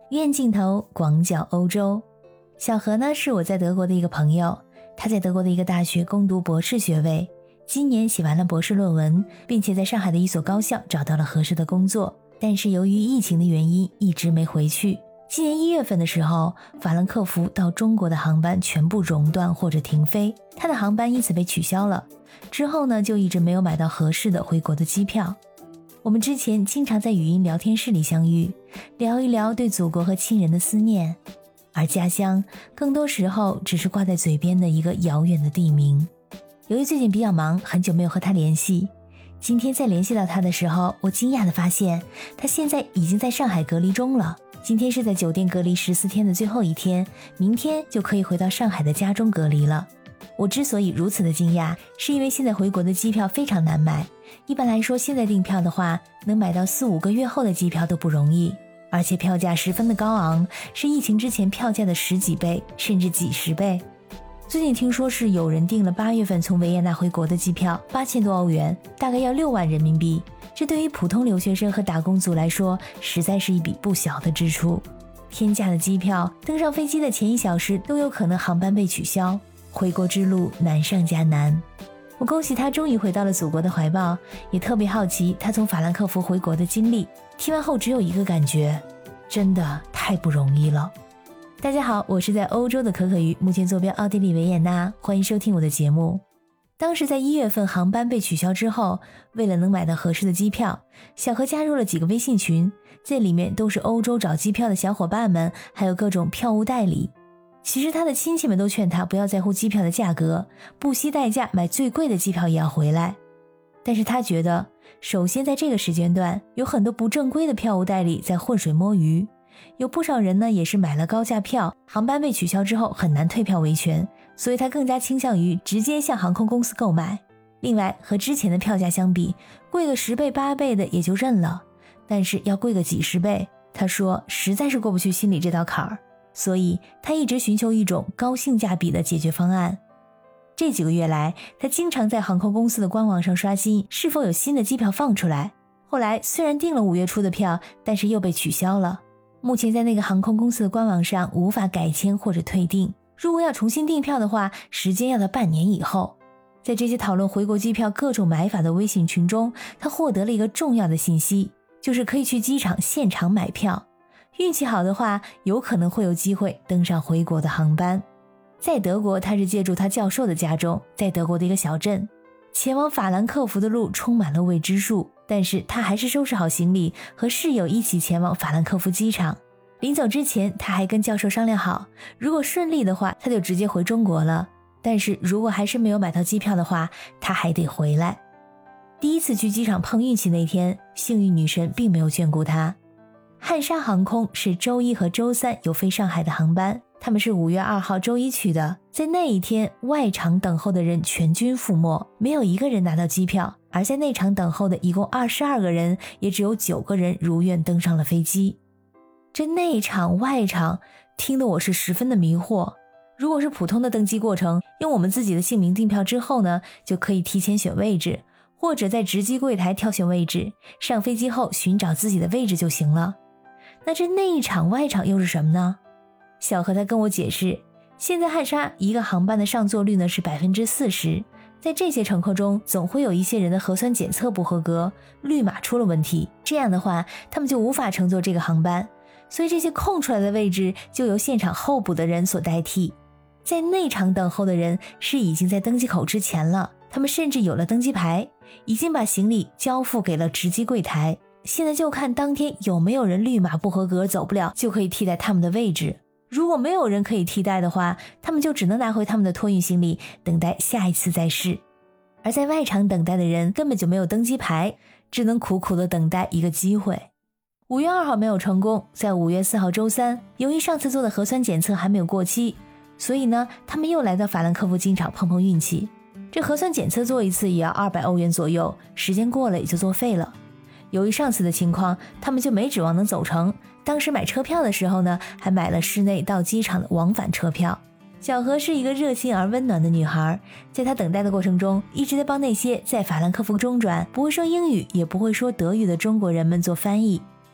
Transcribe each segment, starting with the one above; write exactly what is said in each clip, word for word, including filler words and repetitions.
远镜头广角欧洲。小何呢是我在德国的一个朋友，他在德国的一个大学攻读博士学位，今年写完了博士论文，并且在上海的一所高校找到了合适的工作，但是由于疫情的原因一直没回去。今年一月份的时候，法兰克福到中国的航班全部中断或者停飞，他的航班因此被取消了。之后呢就一直没有买到合适的回国的机票。我们之前经常在语音聊天室里相遇，聊一聊对祖国和亲人的思念，而家乡更多时候只是挂在嘴边的一个遥远的地名。由于最近比较忙，很久没有和他联系，今天在联系到他的时候，我惊讶地发现他现在已经在上海隔离中了。今天是在酒店隔离十四天的最后一天，明天就可以回到上海的家中隔离了。我之所以如此的惊讶，是因为现在回国的机票非常难买，一般来说现在订票的话，能买到四五个月后的机票都不容易，而且票价十分的高昂，是疫情之前票价的十几倍甚至几十倍。最近听说是有人订了八月份从维也纳回国的机票，八千多欧元，大概要六万人民币，这对于普通留学生和打工族来说实在是一笔不小的支出。天价的机票，登上飞机的前一小时都有可能航班被取消，回国之路难上加难。我恭喜他终于回到了祖国的怀抱，也特别好奇他从法兰克福回国的经历。听完后只有一个感觉，真的太不容易了。大家好，我是在欧洲的可可鱼，目前坐标奥地利维也纳，欢迎收听我的节目。当时在一月份航班被取消之后，为了能买到合适的机票，小何加入了几个微信群，这里面都是欧洲找机票的小伙伴们，还有各种票务代理。其实他的亲戚们都劝他不要在乎机票的价格，不惜代价买最贵的机票也要回来。但是他觉得，首先在这个时间段，有很多不正规的票务代理在浑水摸鱼，有不少人呢也是买了高价票，航班被取消之后很难退票维权，所以他更加倾向于直接向航空公司购买。另外和之前的票价相比，贵个十倍八倍的也就认了，但是要贵个几十倍，他说实在是过不去心里这道坎儿，所以他一直寻求一种高性价比的解决方案。这几个月来，他经常在航空公司的官网上刷新是否有新的机票放出来，后来虽然订了五月初的票，但是又被取消了。目前在那个航空公司的官网上无法改签或者退订，如果要重新订票的话，时间要到半年以后。在这些讨论回国机票各种买法的微信群中，他获得了一个重要的信息，就是可以去机场现场买票，运气好的话有可能会有机会登上回国的航班。在德国，他是借助他教授的家中，在德国的一个小镇，前往法兰克福的路充满了未知数，但是他还是收拾好行李，和室友一起前往法兰克福机场。临走之前，他还跟教授商量好，如果顺利的话，他就直接回中国了，但是如果还是没有买到机票的话，他还得回来。第一次去机场碰运气那天，幸运女神并没有眷顾他。汉莎航空是周一和周三有飞上海的航班，他们是五月二号周一去的。在那一天，外场等候的人全军覆没，没有一个人拿到机票，而在内场等候的一共二十二个人，也只有九个人如愿登上了飞机。这内场外场听得我是十分的迷惑。如果是普通的登机过程，用我们自己的姓名订票之后呢，就可以提前选位置，或者在值机柜台挑选位置，上飞机后寻找自己的位置就行了。那这内场外场又是什么呢？小何他跟我解释，现在汉莎一个航班的上座率呢是 百分之四十， 在这些乘客中总会有一些人的核酸检测不合格，绿码出了问题，这样的话他们就无法乘坐这个航班，所以这些空出来的位置就由现场候补的人所代替。在内场等候的人是已经在登机口之前了，他们甚至有了登机牌，已经把行李交付给了值机柜台，现在就看当天有没有人绿码不合格走不了，就可以替代他们的位置。如果没有人可以替代的话，他们就只能拿回他们的托运行李，等待下一次再试。而在外场等待的人根本就没有登机牌，只能苦苦的等待一个机会。五月二号没有成功，在五月四号周三，由于上次做的核酸检测还没有过期，所以呢，他们又来到法兰克福机场碰碰运气。这核酸检测做一次也要二百欧元左右，时间过了也就作废了。由于上次的情况，他们就没指望能走成，当时买车票的时候呢，还买了市内到机场的往返车票。小何是一个热心而温暖的女孩，在她等待的过程中，一直在帮那些在法兰克福中转不会说英语也不会说德语的中国人们做翻译。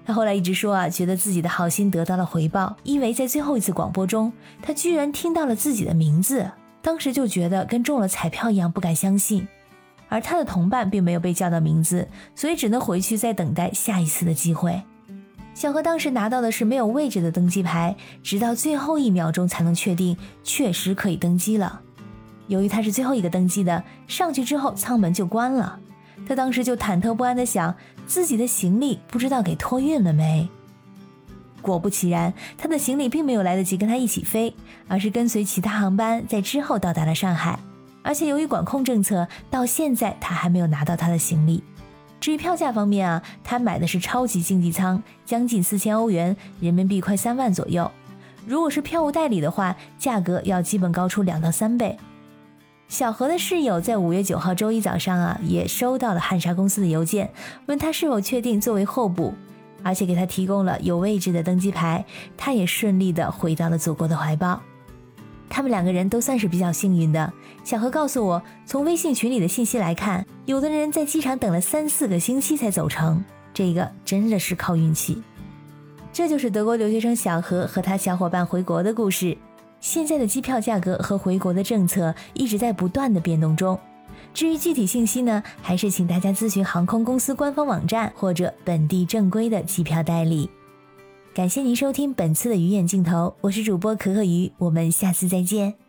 他后来一直说啊，觉得自己的好心得到了回报，因为在最后一次广播中，他居然听到了自己的名字，当时就觉得跟中了彩票一样，不敢相信。而他的同伴并没有被叫到名字，所以只能回去再等待下一次的机会。小何当时拿到的是没有位置的登机牌，直到最后一秒钟才能确定确实可以登机了。由于他是最后一个登机的，上去之后舱门就关了，他当时就忐忑不安地想，自己的行李不知道给托运了没。果不其然，他的行李并没有来得及跟他一起飞，而是跟随其他航班在之后到达了上海。而且由于管控政策，到现在他还没有拿到他的行李。至于票价方面啊，他买的是超级经济舱，将近四千欧元，人民币快三万左右。如果是票务代理的话，价格要基本高出两到三倍。小何的室友在五月九号周一早上啊，也收到了汉莎公司的邮件，问他是否确定作为候补，而且给他提供了有位置的登机牌，他也顺利的回到了祖国的怀抱。他们两个人都算是比较幸运的。小何告诉我，从微信群里的信息来看，有的人在机场等了三四个星期才走成，这个真的是靠运气。这就是德国留学生小何和他小伙伴回国的故事。现在的机票价格和回国的政策一直在不断的变动中，至于具体信息呢，还是请大家咨询航空公司官方网站或者本地正规的机票代理。感谢您收听本次的鱼眼镜头，我是主播可可鱼，我们下次再见。